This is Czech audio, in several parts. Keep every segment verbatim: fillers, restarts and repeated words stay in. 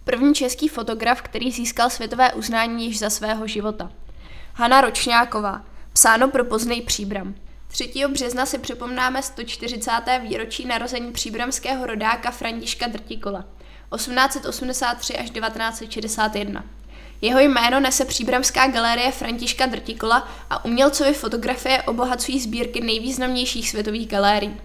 První český fotograf, který získal světové uznání již za svého života. Hana Ročňáková, psáno pro Poznej Příbram. třetího března si připomínáme sto čtyřicáté výročí narození příbramského rodáka Františka Drtikola, osmnáct set osmdesát tři až devatenáct set šedesát jedna. Jeho jméno nese Příbramská galerie Františka Drtikola a umělcovy fotografie obohacují sbírky nejvýznamnějších světových galérií.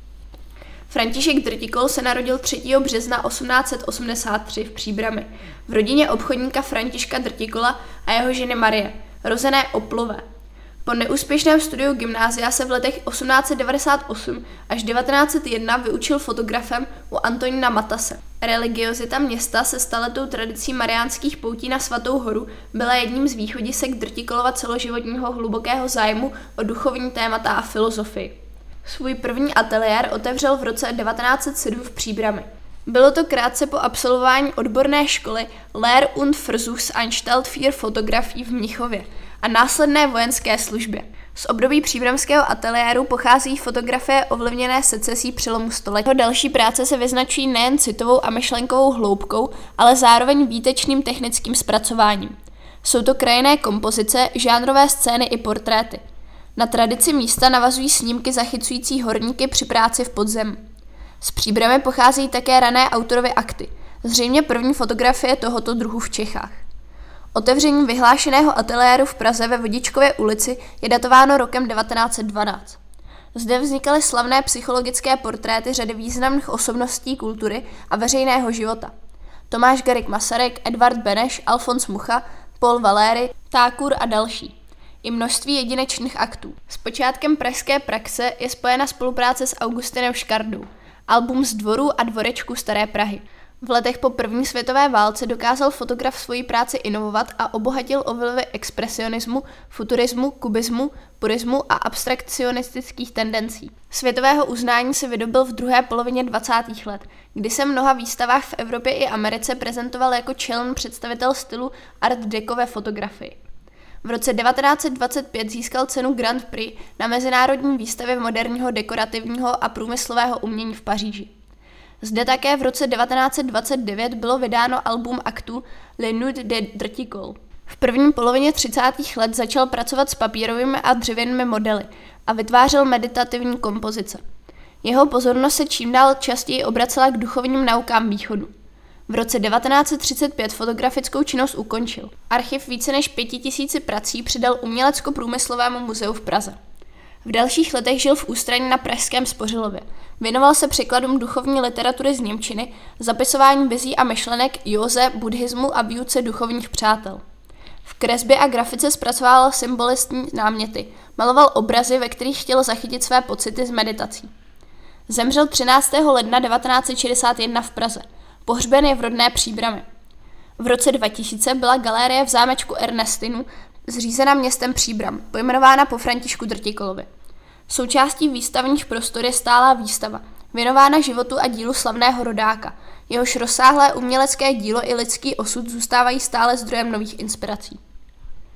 František Drtikol se narodil třetího března osmnáct set osmdesát tři v Příbrami, v rodině obchodníka Františka Drtikola a jeho ženy Marie, rozené Oplové. Po neúspěšném studiu gymnázia se v letech osmnáct set devadesát osm až devatenáct set jedna vyučil fotografem u Antonína Matase. Religiozita města se staletou tradicí mariánských poutí na Svatou horu byla jedním z východisek Drtikolova celoživotního hlubokého zájmu o duchovní témata a filozofii. Svůj první ateliér otevřel v roce devatenáct set sedm v Příbrami. Bylo to krátce po absolvování odborné školy Lehr- und Versuchsanstalt für Fotografie v Mnichově a následné vojenské službě. Z období příbramského ateliéru pochází fotografie ovlivněné secesí přelomu století. Jeho další práce se vyznačují nejen citovou a myšlenkovou hloubkou, ale zároveň výtečným technickým zpracováním. Jsou to krajinné kompozice, žánrové scény i portréty. Na tradici místa navazují snímky zachycující horníky při práci v podzemí. Z Příbramy pocházejí také rané autorovy akty, zřejmě první fotografie tohoto druhu v Čechách. Otevření vyhlášeného ateliéru v Praze ve Vodičkově ulici je datováno rokem devatenáct set dvanáct. Zde vznikaly slavné psychologické portréty řady významných osobností kultury a veřejného života. Tomáš Garrigue Masaryk, Edvard Beneš, Alfons Mucha, Paul Valéry, Thakur a další. I množství jedinečných aktů. S počátkem pražské praxe je spojena spolupráce s Augustinem Škardou, album z dvorů a dvorečků Staré Prahy. V letech po první světové válce dokázal fotograf svoji práci inovovat a obohatil o vlivy expresionismu, futurismu, kubismu, purismu a abstrakcionistických tendencí. Světového uznání se vydobyl v druhé polovině dvacátých let, kdy se v mnoha výstavách v Evropě i Americe prezentoval jako čelný představitel stylu Art Deco ve fotografii. V roce devatenáct set dvacet pět získal cenu Grand Prix na Mezinárodní výstavě moderního dekorativního a průmyslového umění v Paříži. Zde také v roce devatenáct set dvacet devět bylo vydáno album aktů Le Nude de Drtikol. V první polovině třicátých let začal pracovat s papírovými a dřevěnými modely a vytvářel meditativní kompozice. Jeho pozornost se čím dál častěji obracela k duchovním naukám východu. V roce devatenáct set třicet pět fotografickou činnost ukončil. Archiv více než pěti tisíci prací předal Umělecko-průmyslovému muzeu v Praze. V dalších letech žil v ústraní na pražském Spořilově. Věnoval se překladům duchovní literatury z němčiny, zapisování vizí a myšlenek, józe, buddhismu a výuce duchovních přátel. V kresbě a grafice zpracovával symbolistní náměty, maloval obrazy, ve kterých chtěl zachytit své pocity z meditací. Zemřel třináctého ledna devatenáct set šedesát jedna v Praze. Pohřben je v rodné Příbrami. V roce dva tisíce byla galérie v zámečku Ernestinu zřízena městem Příbram, pojmenována po Františku Drtikolovi. Součástí výstavních prostor je stálá výstava, věnována životu a dílu slavného rodáka. Jehož rozsáhlé umělecké dílo i lidský osud zůstávají stále zdrojem nových inspirací.